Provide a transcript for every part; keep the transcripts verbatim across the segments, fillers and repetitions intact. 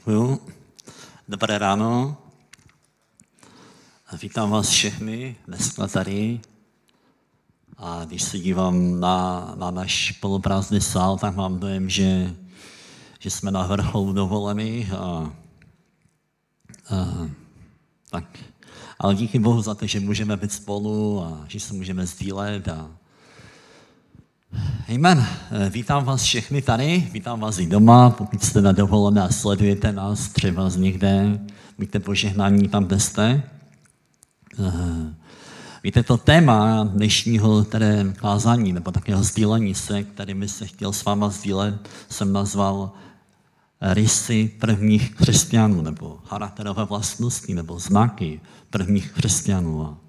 Děkuju. Dobré ráno. Vítám vás všechny dneska tady. A když se dívám na, na náš poloprázdný sál, tak mám dojem, že, že jsme na vrcholu dovolených. A, a, tak. Ale díky Bohu za to, že můžeme být spolu a že se můžeme sdílet. A... Amen. Vítám vás všechny tady, vítám vás i doma, pokud jste na dovolené a sledujete nás třeba z někde, buďte požehnáni tam, kde jste. Víte, to téma dnešního tedy kázání, nebo takého sdílení se, kterými se chtěl s váma sdílet, jsem nazval rysy prvních křesťanů, nebo charakterové vlastnosti, nebo znaky prvních křesťanů.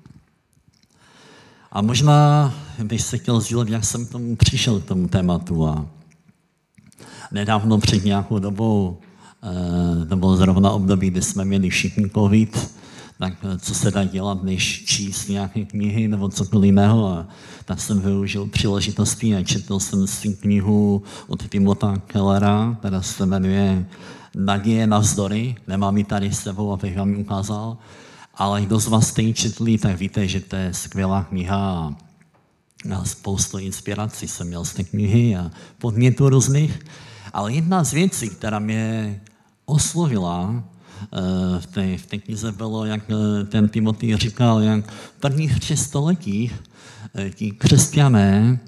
A možná bych se chtěl sdílet, jak jsem k tomu přišel, k tomu tématu. A nedávno před nějakou dobou, to bylo zrovna období, kdy jsme měli všichni covid, tak co se dá dělat, než číst nějaké knihy nebo cokoliv jiného. A tak jsem využil příležitosti a četl jsem si knihu od Timotha Kellera, která se jmenuje Naděje navzdory. Nemám ji tady s sebou, abych vám ji ukázal. Ale kdo z vás jste ji četli, tak víte, že to je skvělá kniha a spoustu inspirací jsem měl z té knihy a podnětů různých. Ale jedna z věcí, která mě oslovila v té, v té knize, bylo, jak ten Timothy říkal, jak v prvních třech stoletích ti křesťané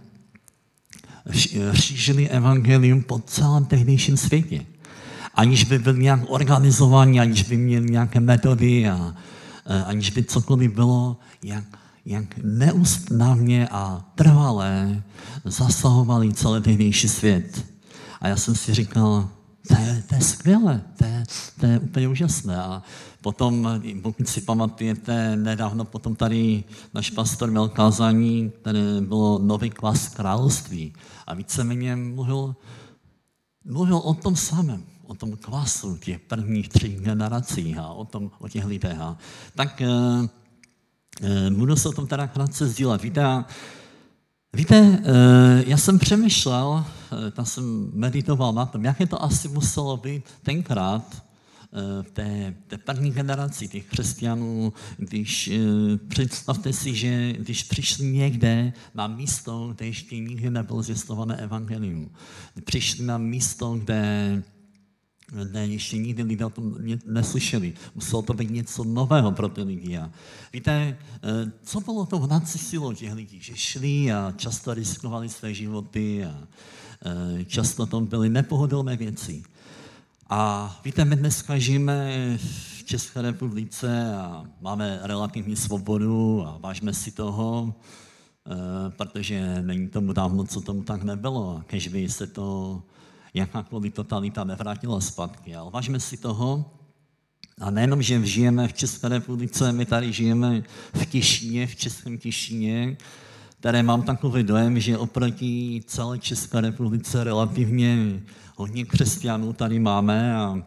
šířili evangelium po celém tehdejším světě. Aniž by byli nějak organizovaní, aniž by měli nějaké metody a aniž by cokoliv bylo, jak, jak neústnavně a trvalé zasahovali celý tehdejší svět. A já jsem si říkal, to je, to je skvělé, to je, to je úplně úžasné. A potom, pokud si pamatujete, nedávno potom tady náš pastor měl kázání, které bylo Nový klas království. A víceméně mluvil, mluvil o tom samém. O tom klasu těch prvních tří generací a o, tom, o těch lidech. Tak uh, uh, budu se o tom teda krátce sdílet. Víte, víte uh, já jsem přemýšlel, uh, tam jsem meditoval na tom, jak je to asi muselo být tenkrát uh, v té, té první generaci těch křesťanů, když uh, představte si, že když přišli někde na místo, kde ještě nikdy nebylo zvěstované evangelium. Přišli na místo, kde Ne, ještě nikdy lidé o tom neslyšeli. Muselo to být něco nového pro ty lidi. A víte, co bylo to hnací silou těch lidí? Že šli a často riskovali své životy a často tam byly nepohodlné věci. A víte, my dneska žijeme v České republice a máme relativní svobodu a vážme si toho, protože není tomu dávno, co tomu tak nebylo. A kež by se to jakákoliv totalita nevrátila zpátky. Ale vážme si toho. A nejenom, že žijeme v České republice, my tady žijeme v Těšíně, v Českém Těšíně, které mám takový dojem, že oproti celé České republice relativně hodně křesťanů tady máme a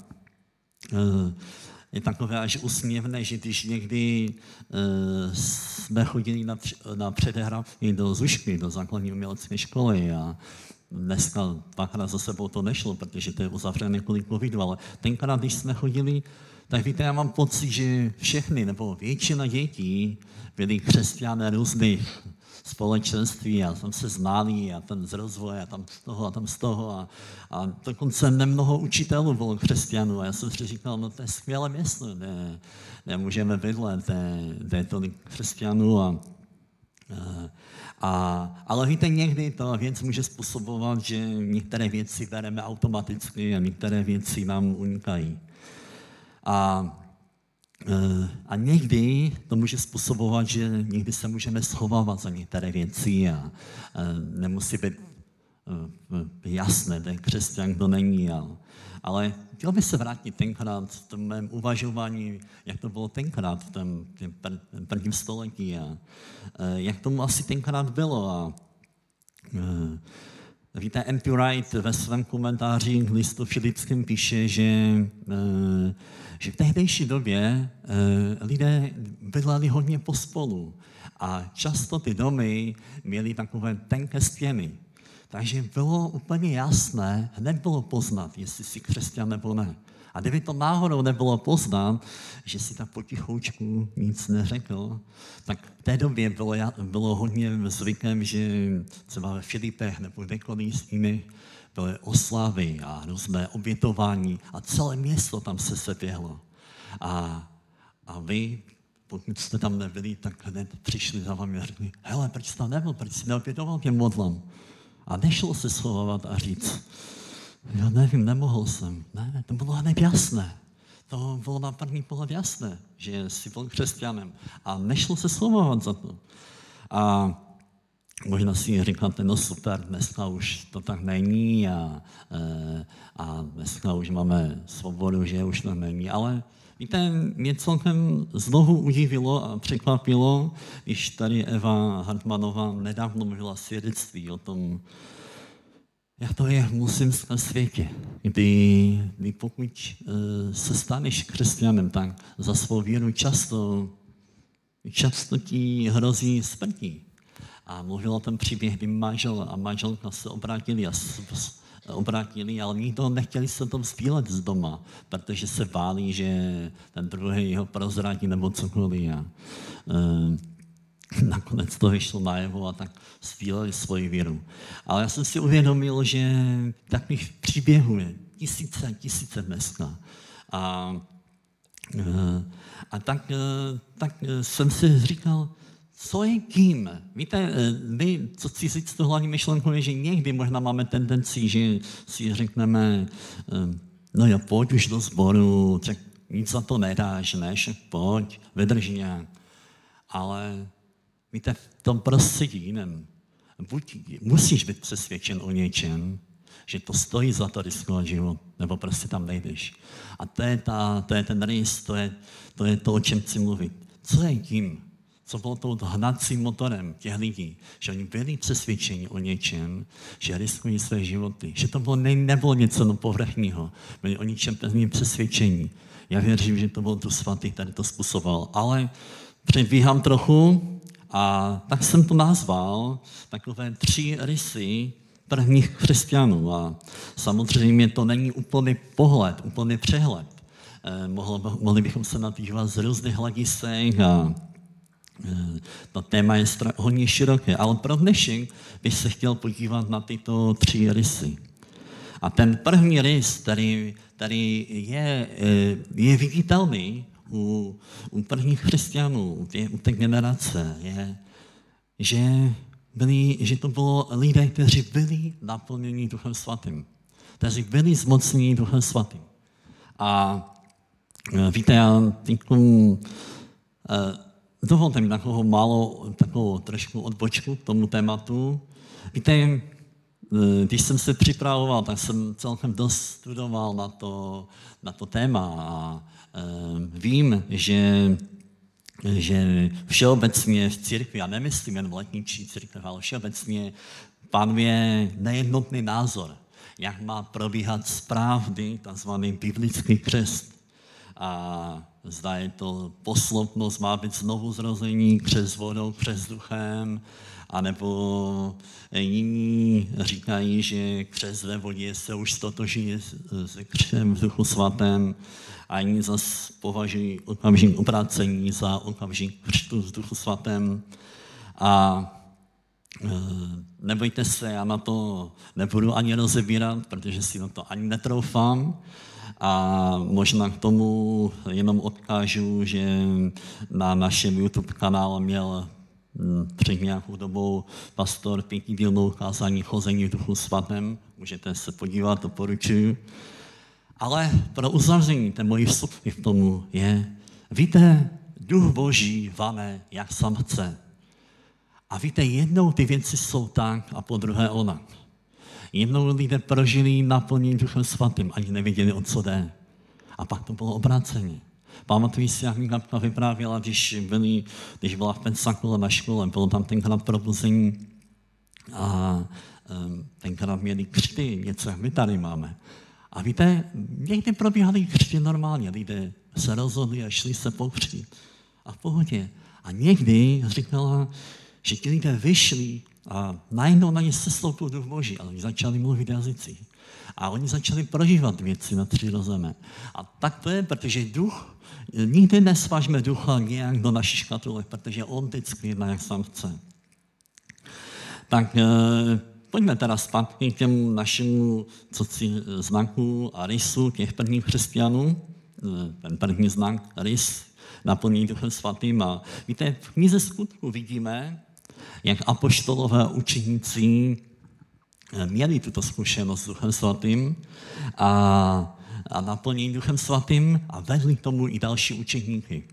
je takové až úsměvné, že když někdy jsme chodili na, na předehrávky do Zušky, do základní umělecké školy a dneska dvakrát za sebou to nešlo, protože to je uzavřené kvůli covidu, ale tenkrát, když jsme chodili, tak víte, já mám pocit, že všechny, nebo většina dětí byli křesťané různých společenství a tam se znali a ten z rozvoje a tam z toho a tam z toho a, a dokonce nemnoho učitelů bylo křesťanů a já jsem si říkal, no to je skvělé město, kde, kde můžeme bydlet, kde je tolik křesťanů a A, ale víte, někdy ta věc může způsobovat, že některé věci bereme automaticky a některé věci nám unikají. A, a někdy to může způsobovat, že někdy se můžeme schovávat za některé věci a, a nemusí být jasné, kdo je křesťan, kdo není. A, ale chtěl bych se vrátit tenkrát v tom mém uvažování, jak to bylo tenkrát v tom prvním století a jak tomu asi tenkrát bylo. A, víte, N T Wright ve svém komentáři k listu Filipským píše, že, že v tehdejší době lidé bydleli hodně pospolu a často ty domy měly takové tenké stěny. Takže bylo úplně jasné, hned bylo poznat, jestli jsi křesťan nebo ne. A kdyby to náhodou nebylo poznat, že si tak potichoučku nic neřekl, tak v té době bylo, bylo hodně zvykem, že třeba ve Filipech nebo kdekoliv s nimi byly oslavy a různé obětování a celé město tam se seběhlo. A, a vy, pokud jste tam nebyli, tak hned přišli za vámi a řekli, hele, proč jsi tam nebyl, proč jsi neobětoval těm modlám? A nešlo se schovat a říct, já nevím, nemohl jsem. Ne, to bylo hned jasné. To bylo na první pohled jasné, že jsi byl křesťanem. A nešlo se schovat za to. A možná si říkáte, no super, dneska už to tak není a, a dneska už máme svobodu, že už to není. Ale víte, mě celkem znovu udivilo a překvapilo, když tady Eva Hartmanová nedávno mluvila svědectví o tom, jak to je v muslimském světě, kdy, kdy pokud uh, se staneš křesťanem, tak za svou víru často, často ti hrozí smrtí. A mluvil o tom příběh, kdy manžel a manželka se obrátili, a s, s, obrátili, ale nikdo nechtěli se to vzpílet z doma, protože se báli, že ten druhý ho prozradí nebo cokoliv. A, uh, nakonec to vyšlo najevo a tak svíleli svoji víru. Ale já jsem si uvědomil, že takových příběhů je tisíce a tisíce dneska. A, a tak, tak jsem si říkal, co je tím? Víte, my, co chci říct tu hlavní myšlenku, je, že někdy možná máme tendenci, že si řekneme, no jo, pojď už do sboru, tak nic za to nedáš, ne, pojď, vydrž nějak. Ale víte, v tom prostředí jiném, buď musíš být přesvědčen o něčem, že to stojí za to riskovat život, nebo prostě tam nejdeš. A to je, ta, to je ten rys, to je, to je to, o čem chci mluvit. Co je tím? Co bylo tou hnacím motorem těch lidí? Že oni byli přesvědčeni o něčem, že riskují své životy. Že to bylo, ne, nebylo něco no povrchního. Byli o něčem pevným přesvědčení. Já věřím, že to byl tu svatý, který to způsoboval. Ale předbíhám trochu, a tak jsem to nazval takové tři rysy prvních křesťanů. A samozřejmě to není úplný pohled, úplný přehled. Eh, mohli, mohli bychom se na to dívat z různých hledisek a eh, to téma je stra- hodně široké. Ale pro dnešek bych se chtěl podívat na tyto tři rysy. A ten první rys, který, který je, je viditelný u, u prvních křesťanů, u té, u té generace, je, že, byli, že to bylo lidé, kteří byli naplněni Duchem Svatým. Kteří byli zmocněni Duchem Svatým. A víte, já týknu, dovolte mi takovou malou, takovou trošku odbočku k tomu tématu. Víte, když jsem se připravoval, tak jsem celkem dost studoval na to, na to téma a e, vím, že, že všeobecně v církvi, já nemyslím jen v letničí církvi, ale všeobecně panuje nejednotný názor, jak má probíhat správný, takzvaný biblický křest. A zda je to posloupnost, má být znovu zrození křest vodou, křest duchem, anebo jiní říkají, že křest ve vodě se už stotoží s křtem v Duchu Svatém a jiní zase považují okamžik obrácení za okamžik křtu v Duchu Svatém. A e, nebojte se, já na to nebudu ani rozebírat, protože si na to ani netroufám. A možná k tomu jenom odkážu, že na našem YouTube kanálu měl před nějakou dobou pastor pětidílnou kázání chození v Duchu Svatém. Můžete se podívat, doporučuji. Ale pro uzavření té mojí vstupky k tomu je, víte, Duch Boží vane, jak sám chce. A víte, jednou ty věci jsou tak a po druhé onak. Jednou lidé prožili naplnění Duchem Svatým, ani nevěděli, o co jde. A pak to bylo obráceně. Pamatuji si, jak mi Kapka vyprávěla, když, byli, když byla v Pensakule na škole, bylo tam tenkrát probuzení a um, tenkrát měli křty, něco, jak my tady máme. A víte, někdy probíhaly křty normálně, lidé se rozhodli a šli se pokřtít. A v pohodě. A někdy říkala, že ti lidé vyšli a najednou na ně sestoupil Duch Boží, ale začali mluvit jazycích. A oni začali prožívat věci nadpřirozené. A tak to je, protože duch, nikdy nesvažme ducha nějak do naší škatule, protože on vždycky jedná, jak sám chce. Tak e, pojďme teda zpátky k těm našemu znaku a rysu těch prvních křesťanů. E, ten první znak, rys, naplněný Duchem Svatým. A víte, v knize Skutků vidíme, jak apoštolové učeníci měli tuto zkušenost s Duchem Svatým a, a naplnění Duchem Svatým a vedli k tomu i další učeníky.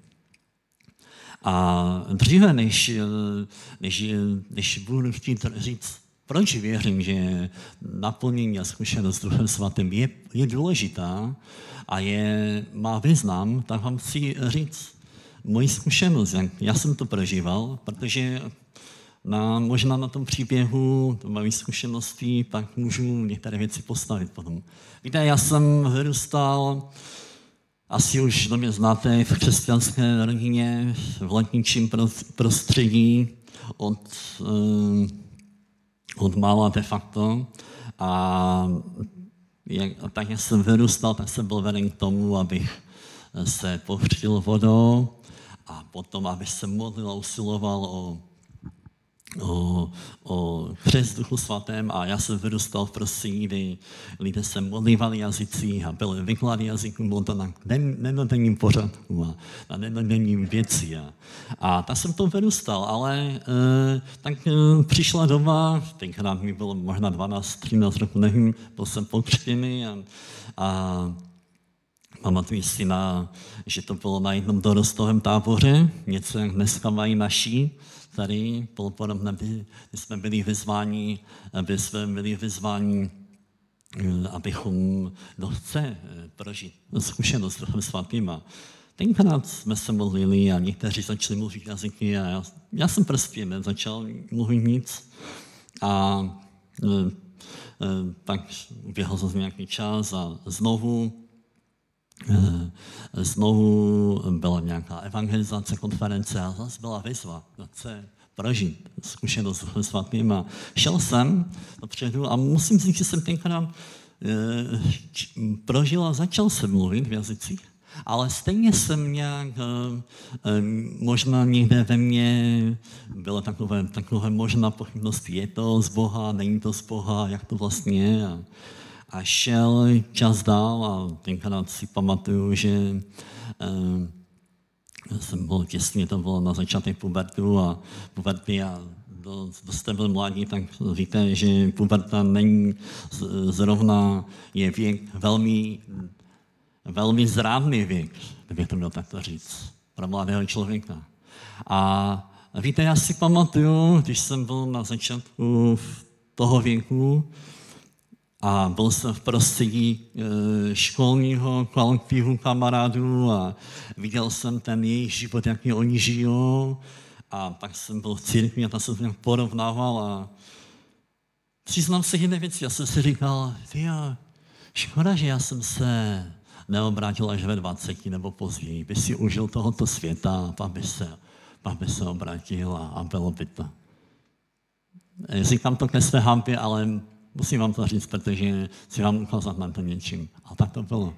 A dříve, než, než, než budu chtít říct, proč věřím, že naplnění a zkušenost s Duchem Svatým je, je důležitá a je, má význam, tak vám chci říct moji zkušenost, jak já jsem to prožíval, protože na, možná na tom příběhu, to mojí zkušenosti, pak můžu některé věci postavit potom. Víte, já jsem vyrůstal, asi už do mě znáte, v křesťanské rodině, v letničím prostředí, od, od mála de facto. A jak, tak jak jsem vyrůstal, tak jsem byl veden k tomu, abych se pokřtil vodou a potom, abych se modlil a usiloval o o, o křest Duchu Svatém a já jsem vyrůstal v prostředí, kdy lidé se modlívali jazycích a byly vyklady jazyků, bylo to na denodenním pořádku a na denodenním věci. A, a tak jsem to vyrůstal, ale e, tak e, přišla doba, tenkrát mi bylo možná dvanáct třináct roku, nevím, byl jsem pokřtěný a, a pamatuji si, na, že to bylo na jednom dorostovém táboře, něco jak dneska mají naši. Tady bylo podobné, my jsme byli vyzváni, aby jsme byli vyzváni, abychom kdo chce prožít zkušenost s Duchem Svatým. A tenkrát jsme se modlili a někteří začali mluvit jazyky a já, já jsem prostě nezačal mluvit nic. A e, e, tak uběhl zase nějaký čas a znovu Znovu byla nějaká evangelizace, konference a zase byla výzva, kdo chce prožít zkušenost s Duchem Svatým. A šel jsem dopředu a musím říct, že jsem tenkrát e, prožil a začal jsem mluvit v jazycích, ale stejně jsem nějak, e, e, možná někde ve mně bylo takové, takové možná pochybnost, je to z Boha, není to z Boha, jak to vlastně je. A, A šel čas dál a tenkrát si pamatuju, že eh, jsem byl těsně, to bylo na začátek pubertu a puberty a kdo jste byl mladí, tak víte, že puberta není zrovna, je věk velmi, velmi zrádný věk, kdybych to měl takto říct, pro mladého člověka. A víte, já si pamatuju, když jsem byl na začátku toho věku, a byl jsem v prostředí e, školního kolektivu kamarádů a viděl jsem ten jejich život, jaký oni žijou. A pak jsem byl v církvi a tam jsem to porovnával a přiznám se jedné věci. Já jsem si říkal, tyjo, škoda, že já jsem se neobrátil až ve dvaceti nebo později. By si užil tohoto světa, pak by se, pak by se obrátil a, a bylo by to. Říkám to ke své hambě, ale musím vám to říct, protože si vám ukázat na to něčím. A tak to bylo.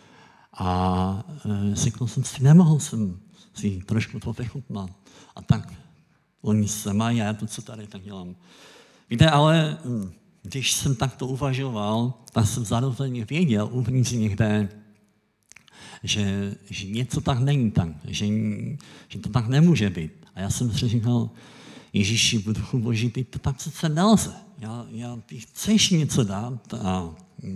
A e, řekl jsem si, nemohl jsem si trošku to vychutnat. A tak oni se mají, a já to, co tady tak dělám. Víte, ale když jsem takto uvažoval, tak jsem zároveň věděl uvnitř někde, že, že něco tak není tak, že, že to tak nemůže být. A já jsem si říkal, Ježíši, v duchu Boží, ty to tak přece nelze. Já, já, ty chceš něco dát a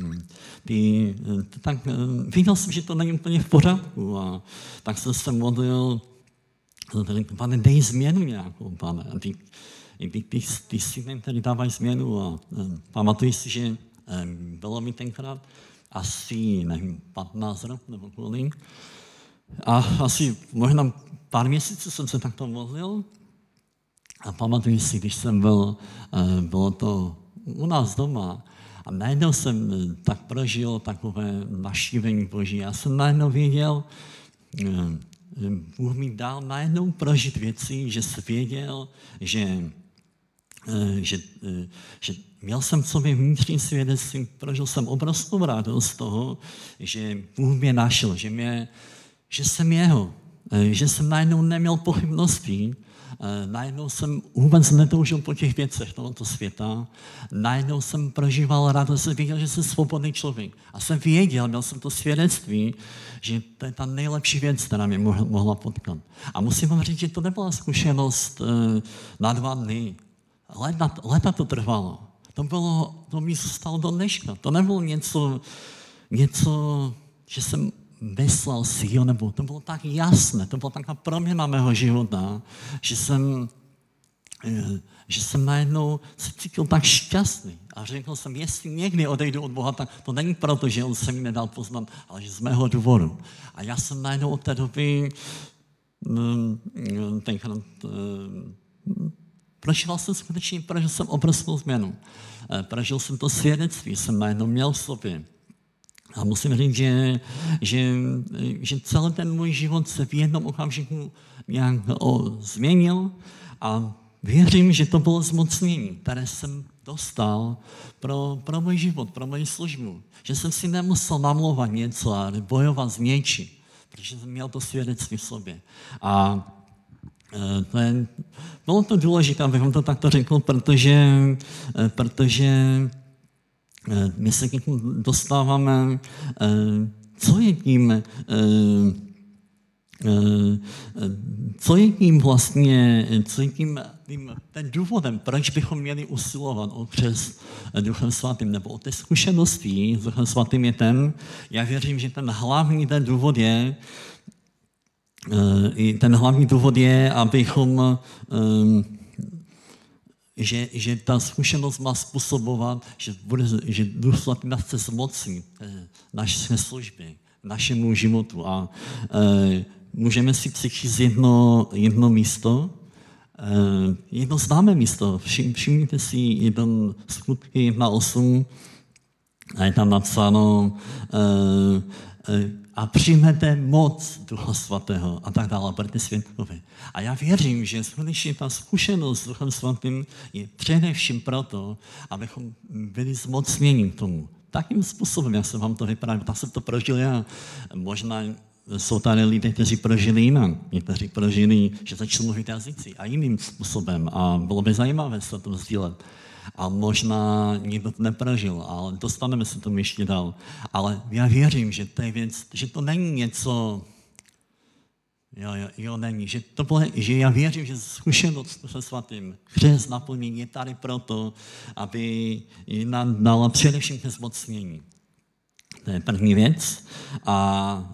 ty, tak viděl jsem, že to není úplně v pořádku a tak jsem se modlil, pane, dej změnu nějakou, pane. A ty, ty, ty, ty si tady dávají změnu a pamatuji si, že bylo mi tenkrát asi, nevím, patnáct let nebo kolik. A asi možná pár měsíců jsem se takto modlil. A pamatuju si, když jsem byl, bylo to u nás doma a najednou jsem tak prožil takové navštívení Boží. Já jsem najednou věděl, Bůh mi dal najednou prožít věci, že jsem věděl, že že, že měl jsem v sobě vnitřní svědectví, prožil jsem obrovskou radost z toho, že Bůh mě našel, že, mě, že jsem jeho, že jsem najednou neměl pochybností, najednou jsem vůbec netoužil po těch věcech tohoto světa, najednou jsem prožíval radost, jsem věděl, že jsem svobodný člověk. A jsem věděl, měl jsem to svědectví, že to je ta nejlepší věc, která mě mohla potkat. A musím vám říct, že to nebyla zkušenost na dva dny. Leta, leta to trvalo. To bylo, to mi zůstalo do dneška. To nebylo něco, něco, že jsem myslel si, jo, nebo to bylo tak jasné, to byla taková proměna mého života, že jsem, že jsem najednou se cítil tak šťastný. A řekl jsem, jestli někdy odejdu od Boha, tak to není proto, že on se mi nedal poznat, ale že z mého důvodu. A já jsem najednou od té doby tenkrát prožíval jsem skutečně, prožil jsem obrovskou změnu. Prožil jsem to svědectví, jsem najednou měl v sobě. A musím říct, že, že, že celý ten můj život se v jednom okamžiku nějak o, změnil a věřím, že to bylo zmocnění, které jsem dostal pro, pro můj život, pro moji službu. Že jsem si nemusel namlouvat něco a bojovat s něčím, protože jsem měl to svědectví v sobě. A to je, bylo to důležité, abych vám to takto řekl, protože, protože my se k němu dostáváme, co je tím, co je tím vlastně, co je tím, tím ten důvodem, proč bychom měli usilovat o křest Duchem Svatým, nebo o té zkušenosti s Duchem Svatým je ten, já věřím, že ten hlavní ten důvod je, ten hlavní důvod je, abychom Že, že ta zkušenost má způsobovat, že, bude, že Duch Svatý nás chce zmocnit naše služby, našemu životu. A e, můžeme si přečíst jedno, jedno místo, e, jedno známé místo. Všim, všimněte si jeden Skutky jedna osm a je tam napsáno e, e, a přijmete moc Ducha Svatého a tak dále, budete svědkovi. A já věřím, že skutečně ta zkušenost s Duchem Svatým je především proto, abychom byli zmocněni k tomu. Takým způsobem, jak jsem vám to vyprávěl, tak jsem to prožil já. Možná jsou tady lidé, kteří prožili jinak. Někteří prožili, že začali mluvit jazyci a jiným způsobem. A bylo by zajímavé se to sdílet. A možná někdo to neprožil, ale dostaneme se tomu ještě dál. Ale já věřím, že to je věc, že to není něco, jo, jo, jo není, že to bylo, že já věřím, že zkušenost se Svatým, křest naplnění je tady proto, aby nám dala především ke zmocnění. To je první věc. A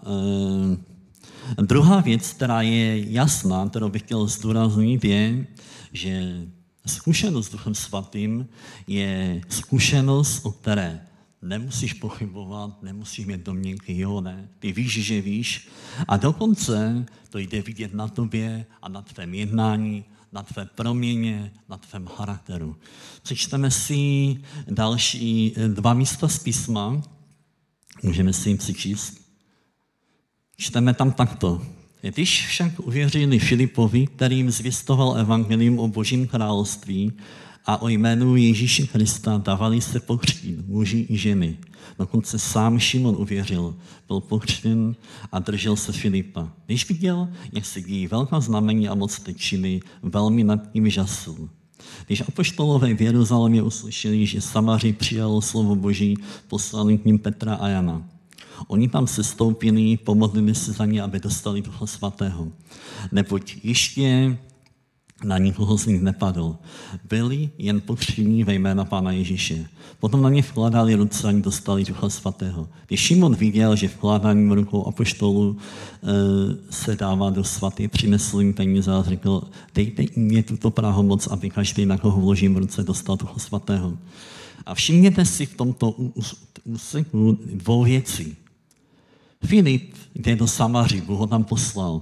e, druhá věc, která je jasná, kterou bych chtěl zdůraznit, je, že zkušenost s Duchem Svatým je zkušenost, o které nemusíš pochybovat, nemusíš mít domněnky, jo, ne. Ty víš, že víš. A dokonce to jde vidět na tobě a na tvém jednání, na tvé proměně, na tvém charakteru. Přečteme si další dva místa z písma. Můžeme si jim přečíst. Čteme tam takto. Když však uvěřili Filipovi, který jim zvěstoval evangelium o Božím království a o jménu Ježíše Krista, dávali se pokřtít muži i ženy. Dokonce sám Šimon uvěřil, byl pokřtěn a držel se Filipa. Když viděl, jak se dějí velká znamení a mocné činy, velmi nad tím žasl. Když apoštolové v Jeruzalémě uslyšeli, že Samaří přijalo slovo Boží, poslali k ním Petra a Jana. Oni tam sestoupili, pomodlili se za ně, aby dostali Ducha Svatého. Neboť ještě na nikoho z nich nepadl. Byli jen pokřtění ve jména Pána Ježíše. Potom na ně vkládali ruce a oni dostali Ducha Svatého. Když Šimon viděl, že vkládáním rukou apoštolů e, se dává Duch Svatý, přinesl jim peníze a řekl, dejte mě tuto pravomoc, aby každý, na koho vložím v ruce, dostal Ducha Svatého. A všimněte si v tomto úseku dvou věcí. Filip jde do Samaří, Bůh ho tam poslal.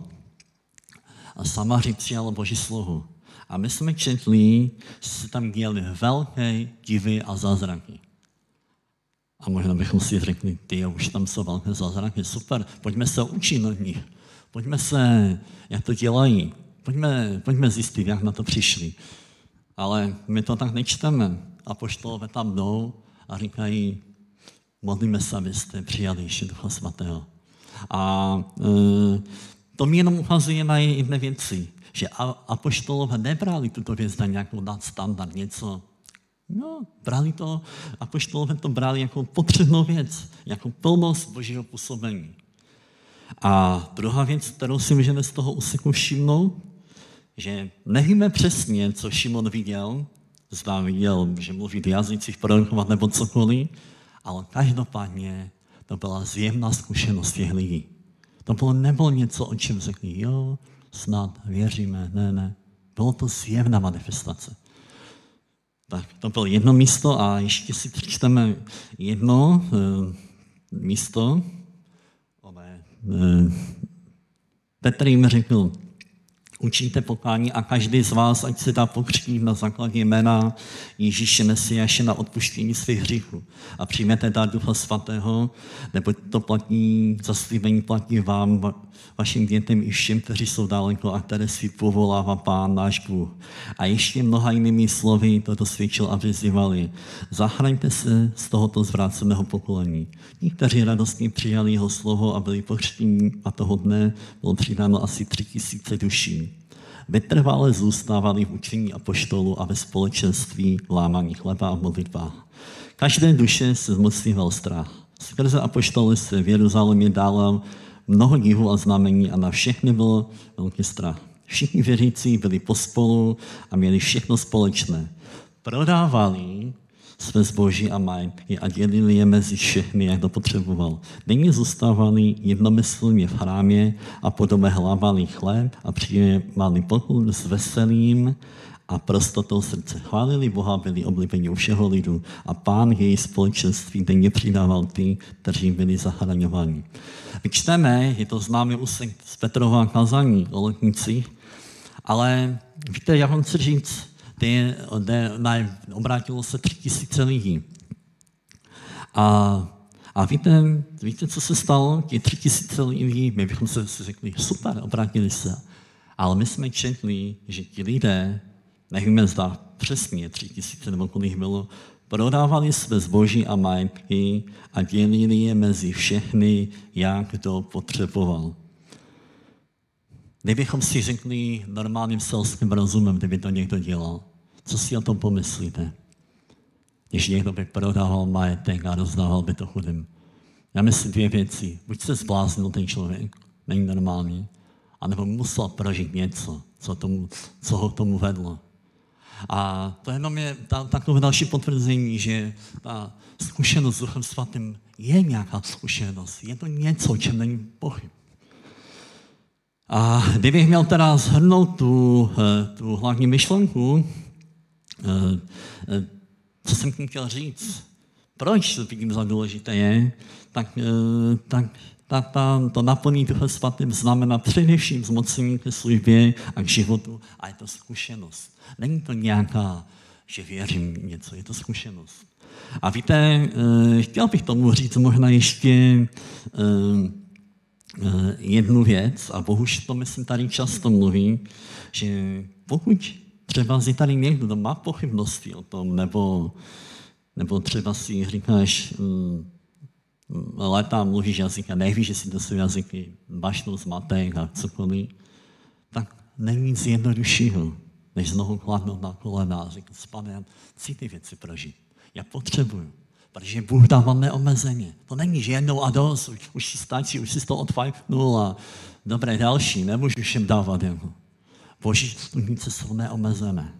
A Samaří přijal Boží slovo. A my jsme četli, že se tam děly velké divy a zázraky. A možná bychom si řekli, ty už tam jsou velké zázraky, super, pojďme se učit od nich. Pojďme se, jak to dělají. Pojďme, pojďme zjistit, jak na to přišli. Ale my to tak nečteme. Apoštolové tam jdou a říkají, modlíme se, abyste přijali ještě Ducha Svatého. A e, to mi jenom ukazuje na jedné věci, že apoštolové nebrali tuto věc na nějakou nadstandard, něco. No, brali to, apoštolové to brali jako potřebnou věc, jako plnost Božího působení. A druhá věc, kterou si můžeme z toho úseku všimnout, že nevíme přesně, co Šimon viděl, zda viděl, že mluví v jazycích, prorokovat nebo cokoliv, ale každopádně to byla zjevná zkušenost těch lidí. To bylo, nebylo něco, o čem řekli, jo, snad věříme, ne, ne. Bylo to zjevná manifestace. Tak to bylo jedno místo a ještě si přečteme jedno e, místo. Ové, e, Petr jim řekl, učíte pokání a každý z vás, ať se dá pokřtít na základě jména Ježíše Mesiáše na odpuštění svých hříchů. A přijmete dar Ducha Svatého, nebo to platí, zaslíbení platí vám, va, vašim dětem i všem, kteří jsou daleko a které si povolává Pán náš Bůh. A ještě mnoha jinými slovy to dosvědčil a vyzývali. Zachraňte se z tohoto zvráceného pokolení. Ti, kteří radostně přijali jeho slovo a byli pokřtěni, a toho dne bylo přidáno asi tři tisíce duší. Vytrvale zůstávali v učení apoštolů a ve společenství lámaní chleba a modlitbách. Každé duše se zmocňoval strach. Skrze apoštoly se v Jeruzalémě dalo mnoho divů a znamení a na všechny byl velký strach. Všichni věřící byli pospolu a měli všechno společné. Prodávali své zboží a majetky a dělili je mezi všechny, jak to potřeboval. Nyní zůstávali jednomyslně v chrámě a potom hlávali chléb a přijímali poklon s veselým a prostotou srdce. Chválili Boha, byli oblíbeni u všeho lidu a Pán její společenství denně přidával ty, kteří byli zachraňováni. My čteme, je to známý úsek z Petrova kázání o letnicích, ale víte, jak on chci říct, kde, kde obrátilo se tři tisíce lidí. A, a víte, víte, co se stalo? Ti tři tisíce lidí, my bychom se řekli, super, obrátili se. Ale my jsme četli, že ti lidé, nevíme, zda přesně tři tisíce nebo kolik bylo, prodávali své zboží a majetky a dělili je mezi všechny, jak kdo potřeboval. Kdybychom si řekli normálním selským rozumem, kdyby to někdo dělal, co si o tom pomyslíte? Když někdo by prodával majetek a rozdával by to chudým. Já myslím dvě věci. Buď se zbláznil ten člověk, není normální, anebo musel prožít něco, co, tomu, co ho tomu vedlo. A to jenom je ta, takové další potvrzení, že ta zkušenost s Duchem Svatým je nějaká zkušenost. Je to něco, o čem není pochyb. A kdybych měl teda shrnout tu, tu hlavní myšlenku, co jsem tím chtěl říct, proč to vidím za důležité je, tak, tak ta, ta, to naplnění Duchem Svatým znamená především zmocnění ke službě a k životu a je to zkušenost. Není to nějaká, že věřím něco, je to zkušenost. A víte, chtěl bych tomu říct možná ještě jednu věc, a bohužel to myslím tady často mluví, že pokud třeba si tady někdo, kdo má pochybnosti o tom, nebo, nebo třeba si říkáš, um, léta mluvíš jazyk a nevíš, že si to jsou jazyky, bašnou zmatek a cokoliv, tak není nic jednoduššího, než znovu kladnout na kolena a říkat, Pane, chci ty věci prožít. Já potřebuju. Protože Bůh dává neomezeně. To není, že jednou a dost, už, už si stačí, už si to odfajknul a dobré další, nemůžu všem dávat. Jako. Boží studnice jsou neomezené.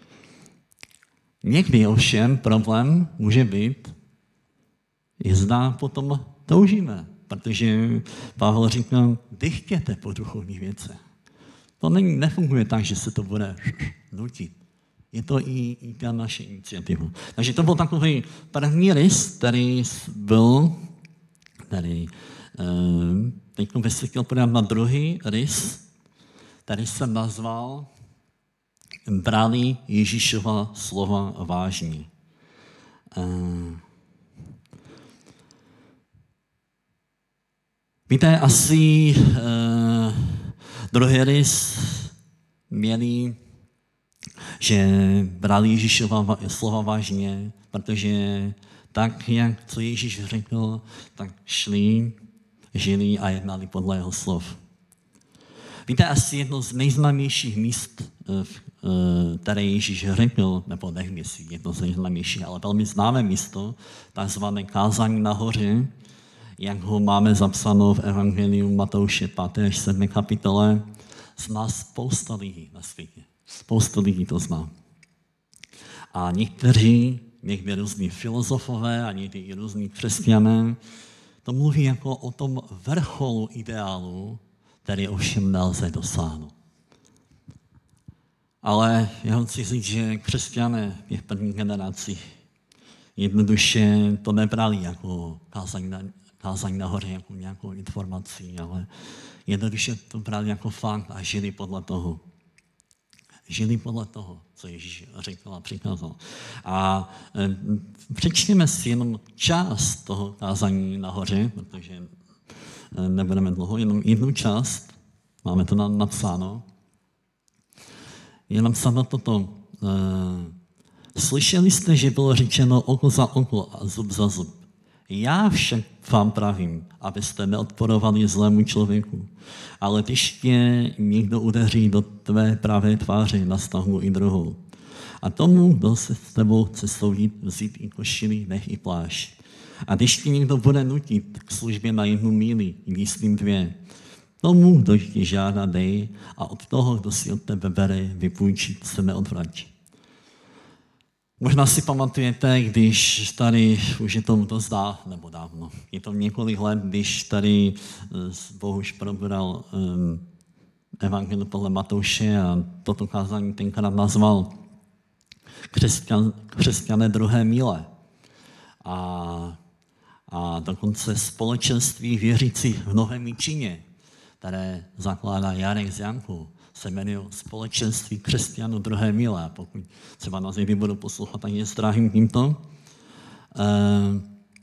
Někdy ovšem problém může být, je zda potom toužíme, protože Pavel říká, dychtěte po duchovních věcech. To není, nefunguje tak, že se to bude nutit. Je to i, i ta naše iniciativa. Takže to byl takový první rys, který byl, který teď vysvětlil podám na druhý rys, který jsem nazval brali Ježíšova slova vážně. Víte, asi druhý rys měli že brali Ježíšova slova vážně, protože tak, jak co Ježíš řekl, tak šli, žili a jednali podle jeho slov. Víte, asi jedno z nejznámějších míst, které Ježíš řekl, nebo nevím, jestli jedno z nejznámějších, ale velmi známé místo, takzvané kázání nahoře, jak ho máme zapsáno v Evangeliu Matouše páté až sedmé kapitole, zná spousta lidí na světě. Spousta lidí to zná. A někteří, někdy různí filozofové a někdy i různí křesťané, to mluví jako o tom vrcholu ideálu, který ovšem nelze dosáhnout. Ale já chci říct, že křesťané v těch prvních generacích jednoduše to nebrali jako kázání, na, kázání nahoře, jako nějakou informaci, ale jednoduše to brali jako fakt a žili podle toho. Žili podle toho, co Ježíš řekl a přikázal. A e, přečteme si jenom část toho kázání nahoře, protože e, nebudeme dlouho, jenom jednu část, máme to napsáno. Je napsáno toto. E, Slyšeli jste, že bylo řečeno oko za oko a zub za zub. Já však vám pravím, abyste neodporovali zlému člověku. Ale když tě někdo udeří do tvé pravé tváře, nastav mu i druhou. A tomu, kdo se s tebou chce soudit, vzít i košili, nech i plášť. A když ti někdo bude nutit k službě na jednu míli, jdi s ním dvě. Tomu, kdo ti žádá, dej, a od toho, kdo si od tebe bere, vypůjčit se neodvrať. Možná si pamatujete, když tady, už je tomu dost dá, nebo dávno, je to několik let, když tady Bohuž probral um, Evangelium podle Matouše a toto kázání tenkrát nazval křesťan, křesťané druhé míle. A, a dokonce společenství věřících v Novém Jičíně, které zakládá Jarek z Janku, se jmenuje Společenství křesťanů druhé míle. Pokud třeba na zemi budu poslouchat, tak je zdravím tímto. Uh,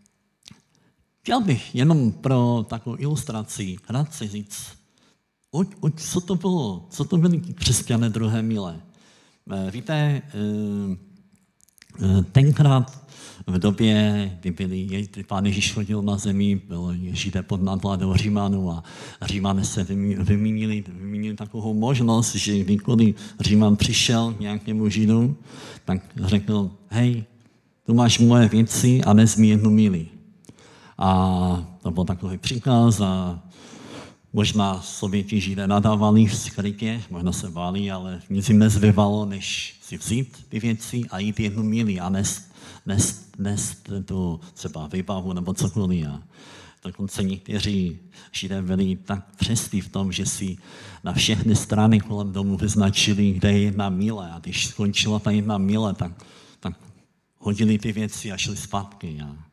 chtěl bych jenom pro takovou ilustraci krátce říct, o, o, co to bylo, co to byly křesťané druhé míle. Uh, víte, uh, uh, tenkrát v době, kdy byli, kdy Pán Ježíš chodil na zemi, bylo Židé pod nadvládou Římanů a Římané se vymínili, vymínili takovou možnost, že kdykoliv Říman přišel k nějakému Židu, tak řekl, hej, tu máš moje věci a nezmi jednu míli. A to byl takový příkaz a možná sobě ti Židé nadávali v skrytě, možná se báli, ale nic jim nezbývalo, než si vzít ty věci a jít jednu míli a nést nést, nést tu třeba výbavu nebo cokoliv. A dokonce někteří Židé byli tak přesní v tom, že si na všechny strany kolem domu vyznačili, kde je jedna míle. A když skončila ta jedna míle, tak, tak hodili ty věci a šli zpátky. A,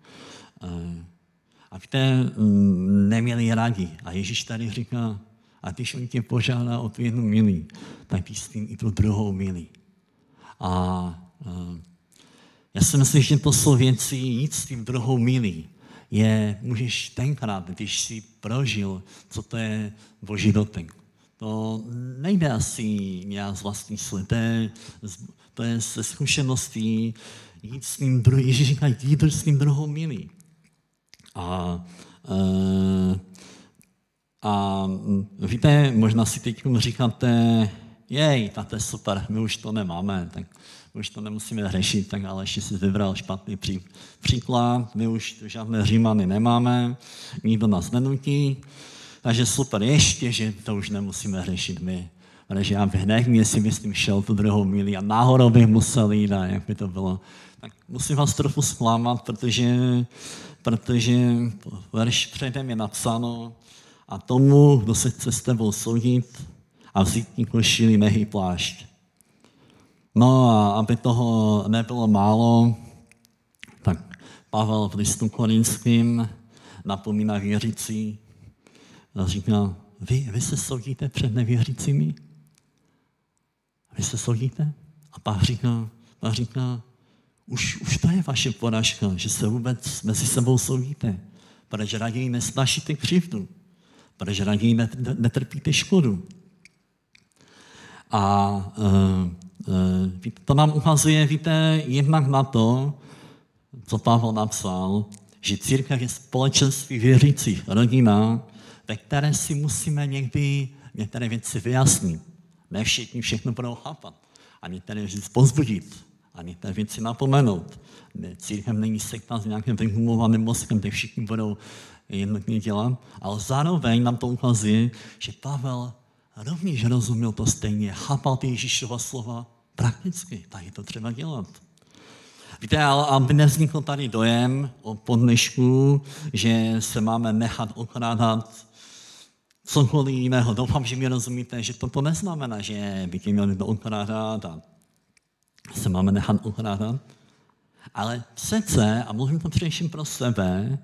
a víte, neměli rádi. A Ježíš tady říká, a když on tě požádá o tu jednu míli, tak jsi s tím i tu druhou míli. A, a já si myslím, že to jsou věci, jít s tím druhou mílí. Je, můžeš tenkrát, když jsi prožil, co to je Boží dotek. To nejde asi nějak z vlastní sly, to je, to je se zkušeností jít s tím druhou, Ježíš říká, jít s tím druhou mílí. A, e, a víte, možná si teď říkáte, jej, to je super, my už to nemáme, tak už to nemusíme řešit, tak ale ještě si vybral špatný pří, příklad, my už žádné Římany nemáme, nikdo nás nenutí, takže super, ještě, že to už nemusíme řešit my. Protože já bych nevím, jestli bych s tím šel tu druhou míli a náhodou bych musel jít a jak by to bylo. Tak musím vás trochu zklamat, protože, protože verš předem je napsáno a tomu, kdo se chce s tebou soudit a vzít ti košili, nech i plášť. No a aby toho nebylo málo, tak Pavel v listu Korinským napomíná věřící a říká, vy, vy se soudíte před nevěřícími? Vy se soudíte? A Pavel říká, Pavel říká už, už to je vaše porážka, že se vůbec mezi sebou soudíte, protože raději nesnášíte křivdu, protože raději netrpíte škodu. A uh, To nám ukazuje, víte, jednak na to, co Pavel napsal, že církev je společenství věřících, rodina, ve které si musíme někdy některé věci vyjasnit. Ne všichni všechno budou chápat. A některé věci pozbudit. A některé věci napomenout. Církev není sekta s nějakým vyhumovaným mozkem, kde všichni budou jednotně dělat. Ale zároveň nám to ukazuje, že Pavel rovněž rozuměl to stejně, chápal ty Ježíšova slova prakticky. Tak je to třeba dělat. Víte, ale aby nevznikl tady dojem o podnešku, že se máme nechat okrádat cokoliv jiného. Doufám, že mi rozumíte, že toto neznamená, že by tě měli to okrádat a se máme nechat okrádat. Ale přece, a mluvím to především pro sebe,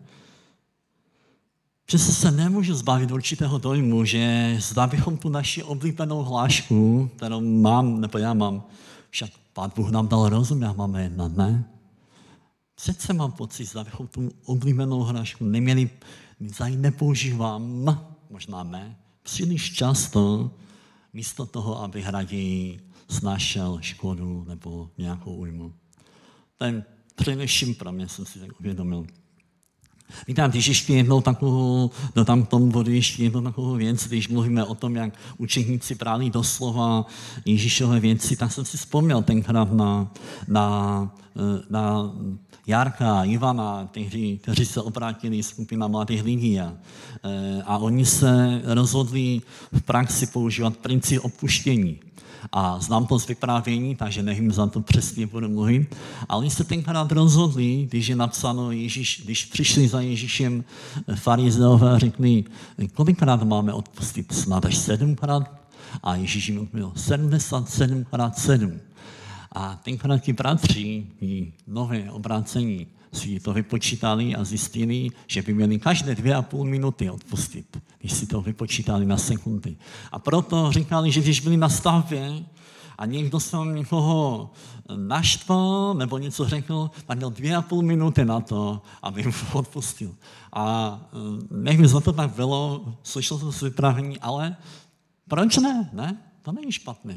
přece se nemůžu zbavit určitého dojmu, že zda bychom tu naši oblíbenou hlášku, kterou mám, nebo já mám, však Pán Bůh nám dal rozum, já máme jednat, ne? Přece mám pocit, zda bychom tu oblíbenou hlášku neměli, za ji nepoužívám, možná ne, příliš často, místo toho, abych raději snášel škodu nebo nějakou újmu. To je především pro mě, jsem si tak uvědomil. Víte, když ještě jednou takovou, dodám k tomu bodu ještě jednou takovou věc, když mluvíme o tom, jak učeníci brali doslova Ježíšové věci, tak jsem si vzpomněl tenkrát na, na, na Jarka, Ivana, kteří, kteří se obrátili skupina mladých lidí a, a oni se rozhodli v praxi používat princip odpuštění. A znám to z vyprávění, takže nevím, za to přesně budu mluvit. Ale oni se tenkrát rozhodli, když je napsáno Ježíš, když přišli za Ježíšem farizeové a řekli, kolikrát máme odpustit? Snad až sedmkrát? A Ježíš jim odpověděl, sedmdesát sedm krát sedm. A tenkrát ti bratři, ti nové obrácení, si to vypočítali a zjistili, že by měli každé dvě a půl minuty odpustit, když si to vypočítali na sekundy. A proto říkali, že když byli na stavbě a někdo se někoho naštval nebo něco řekl, tak měl dvě a půl minuty na to, aby mu odpustil. A nevím, za to tak bylo, slyšel jsem to vyprávění, ale proč ne? Ne? To není špatné.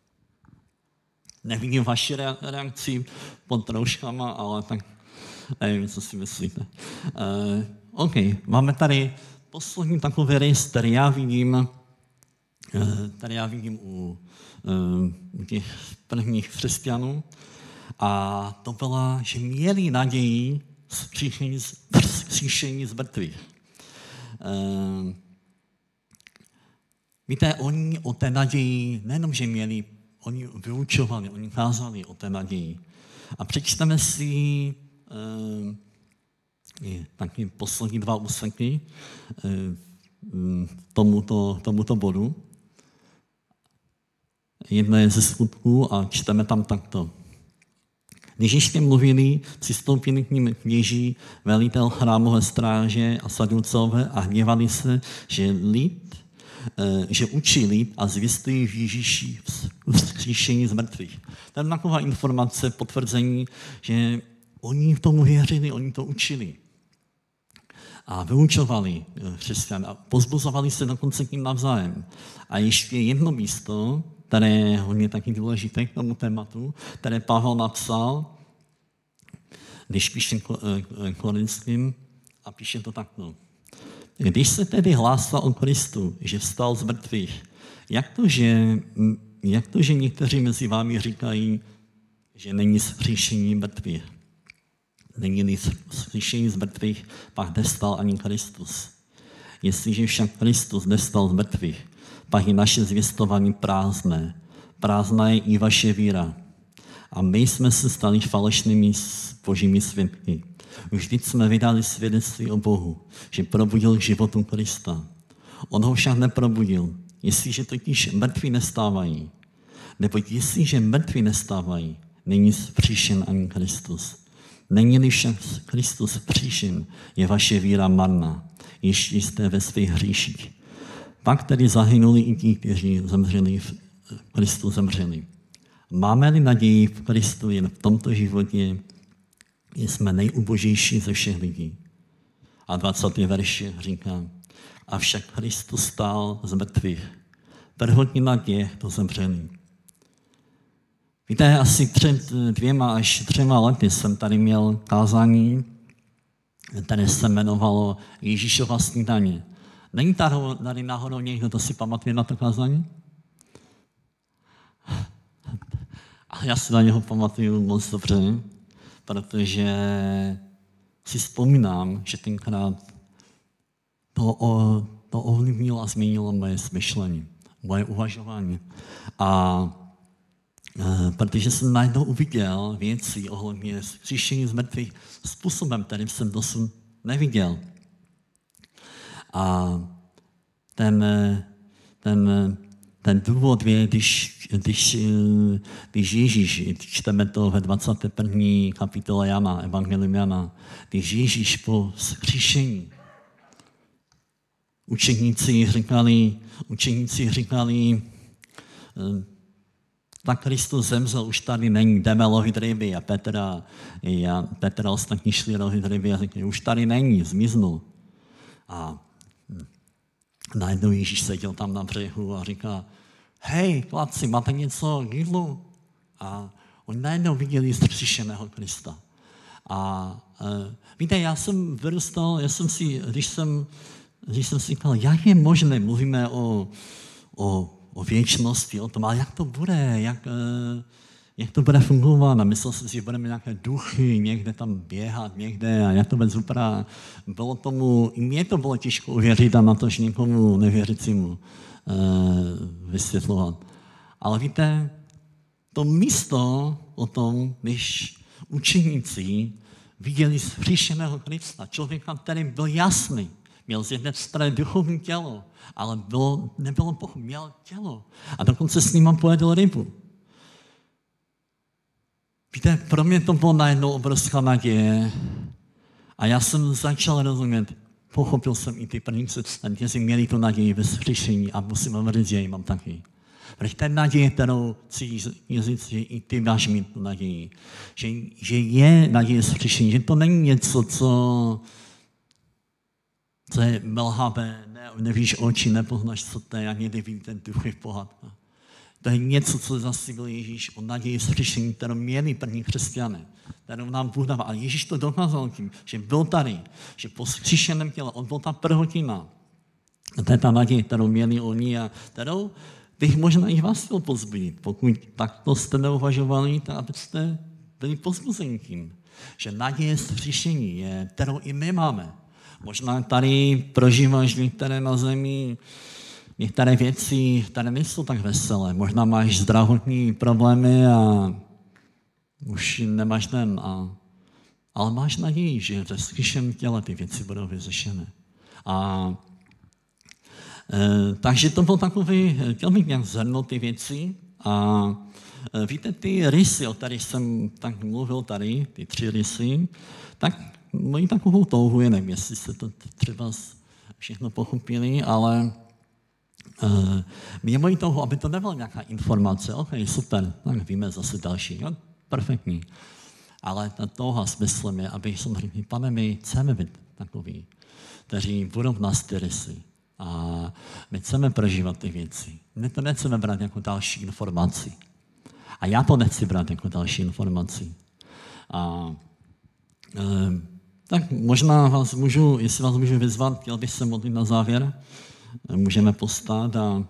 Nevidím vaši reakci pod rouškama, ale tak nevím, co si myslíte. Uh, OK, máme tady poslední takový rys, který já vidím, uh, který já vidím u, uh, u těch prvních křesťanů. A to byla, že měli naději vzkříšení z mrtvých. Uh, víte, oni o té naději nejenom, že měli, oni vyučovali, oni kázali o té naději. A přečteme si Uh, je, taky poslední dva úseky uh, tomuto, tomuto bodu. Jedno je ze Skutků a čteme tam takto. Když ještě mluvili, přistoupili k ním kněží, velitel chrámové stráže a saduceové a hněvali se, že lid, uh, že učí lid a zvěstují v Ježíši vzkříšení z mrtvých. To je taková informace, potvrzení, že oni v tomu věřili, oni to učili. A vyučovali křesťan a pozbuzovali se dokonce k ním navzájem. A ještě jedno místo, které je hodně taky důležité k tomu tématu, které Pavel napsal, když píše Korinským, a píše to takto. Když se tedy hlásá o Kristu, že vstal z mrtvých, jak to, že, jak to, že někteří mezi vámi říkají, že není vzkříšení mrtvých? Není-li vzkříšení z mrtvých, pak nestal ani Kristus. Jestliže však Kristus nestal z mrtvých, pak je naše zvěstování prázdné. Prázdná je i vaše víra. A my jsme se stali falešnými božími svědky. Vždyť jsme vydali svědectví o Bohu, že probudil k životu Krista. On ho však neprobudil, jestliže totiž mrtví nestávají. Neboť jestliže mrtví nestávají, není vzkříšen ani Kristus. Není-li však Kristus vzkříšen, je vaše víra marná, ještě jste ve svých hříších. Pak tedy zahynuli i ti, kteří zemřeli v Kristu zemřeli. Máme-li naději v Kristu jen v tomto životě, jsme nejubožejší ze všech lidí. A dvacátý verš říká, avšak Kristus stál z mrtvých, prvotní naděje to zemřeli. Víte, asi před dvěma až třema lety jsem tady měl kázání, které se jmenovalo Ježíšova snídaně. Není tady náhodou někdo, kdo si pamatuje na to kázání? A já si na něho pamatuju moc dobře, protože si vzpomínám, že tenkrát to, o, to ovlivnilo a změnilo moje smyšlení, moje uvažování. A e, protože jsem najednou uviděl věci ohledně vzkříšení z mrtvých způsobem, kterým jsem dosud neviděl. A ten, ten, ten důvod je, když, když, když Ježíš, čteme to ve dvacáté první kapitole Jana, Evangelium Jana, když Ježíš po vzkříšení učeníci říkali, učeníci říkali, tak Kristus zemřel, už tady není, jdeme lovit ryby. A Petr a, a Petr a ostatní šli lovit ryby a říkali, už tady není, zmiznul. A najednou Ježíš seděl tam na břehu a říká, hej, chlapci, máte něco k jídlu? A oni najednou viděli vzkříšeného Krista. A e, víte, já jsem vyrůstal, já jsem si, když jsem, když jsem si říkal, jak je možné, mluvíme o, o, o věčnosti, o tom, ale jak to bude, jak, e, jak to bude fungovat. A myslel jsem si, že budeme nějaké duchy někde tam běhat, někde a jak to bude vypadá. Bylo tomu, i mně to bylo těžko uvěřit a na to, že někomu nevěřícímu e, vysvětlovat. Ale víte, to místo o tom, když učeníci viděli vzkříšeného Krista, člověka, který byl jasný, měl z jedné strany duchovní tělo, ale bylo, nebylo Bohu, měl tělo. A dokonce s ním pojedl rybu. Víte, pro mě to bylo najednou obrovská naděje a já jsem začal rozumět, pochopil jsem i ty první křesťané, kteří měli tu naději ve vzkříšení a musím vám říct, že ji mám taky. Protože ta naděje, kterou chci říct, že i ty máš mít tu naději. Že, že je naděje vzkříšení, že to není něco, co, co je melhavé, ne, nevíš oči, nepoznáš, co to je, jak někdy vidíte duchy v pohádkách. To je něco, co zaslíbil Ježíš o naději vzkříšení, kterou měli první křesťané, kterou nám Bůh dával. A Ježíš to dokázal tím, že byl tady, že po vzkříšeném těle, on byl ta prvotina. A to je ta naděje, kterou měli oni a kterou bych možná i vás chtěl pozbudit. Pokud takto jste neuvažovali, tak abyste byli pozbuzeni tím, že naděje vzkříšení je, kterou i my máme. Možná tady prožíváš některé na zemi, některé věci, které nejsou tak veselé. Možná máš zdravotní problémy a už nemáš den. A, ale máš naději, že ve vzkříšeném těle ty věci budou vyřešené. A e, takže to byl takový, chtěl bych nějak zhrnout ty věci. A e, víte, ty rysy, o kterých jsem tak mluvil tady, ty tři rysy, tak mají takovou touhu, nevím, jestli jste to třeba všechno pochopili, ale Uh, mě mají toho, aby to nebyla nějaká informace, ok, super, tak víme zase další, jo, perfektní. Ale ta touha smyslem je, aby jsem řekl, pane, my chceme být takový, kteří budou v nás ty rysy. A my chceme prožívat ty věci. My to nechceme brát jako další informaci. A já to nechci brát jako další informaci. A uh, tak možná vás můžu, jestli vás můžu vyzvat, chtěl bych se modlit na závěr. Můžeme postát a,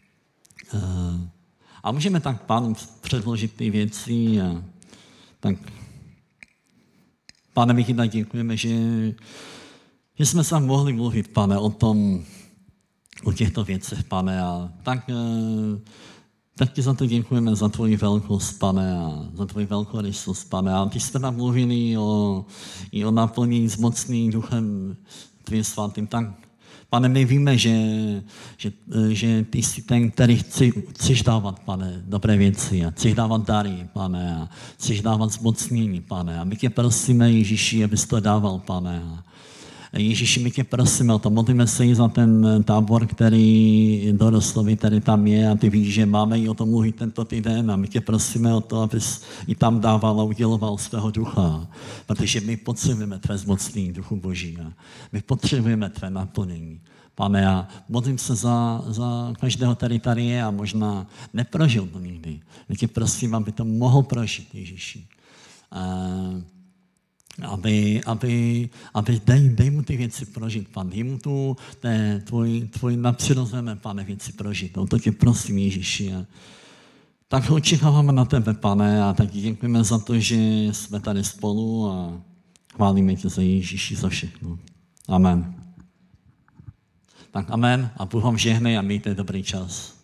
a můžeme tak Pánu předložit ty věci. A, tak, Pane, my ti tak děkujeme, že, že jsme se mohli mluvit, Pane, o tom, o těchto věcech, Pane. A tak, tak ti za to děkujeme, za tvoji velkost, Pane, a za tvoji velkorysost, Pane. A ty jste nám mluvili o, i o naplnění s mocným duchem tvým svatým. Tak, Pane, my víme, že, že, že ty jsi ten, který chci, chceš dávat, Pane, dobré věci a chceš dávat dary, Pane, a chceš dávat zmocnění, Pane. A my tě prosíme, Ježíši, abys to dával, Pane. A Ježíši, my tě prosíme o to, modlíme se i za ten tábor, který dorostlový tady tam je a ty víš, že máme i o tom mluvit tento týden a my tě prosíme o to, abys i tam dával a uděloval svého ducha, protože my potřebujeme tvé zmocnění, Duchu Boží. A my potřebujeme tvé naplnění. Pane, a modlím se za, za každého, který tady je a možná neprožil to nikdy. Já tě prosím, aby to mohl prožít, Ježíši. Uh, aby, aby, aby dej, dej mu ty věci prožít, Pane. Dej mu tu té, tvoj, tvoj nadpřirozené, Pane, věci prožít. O to tě prosím, Ježíši. A tak očekáváme na tebe, Pane, a tak děkujeme za to, že jsme tady spolu a chválíme tě za Ježíši za všechno. Amen. Tak amen a Bůh vám žehnej a mějte dobrý čas.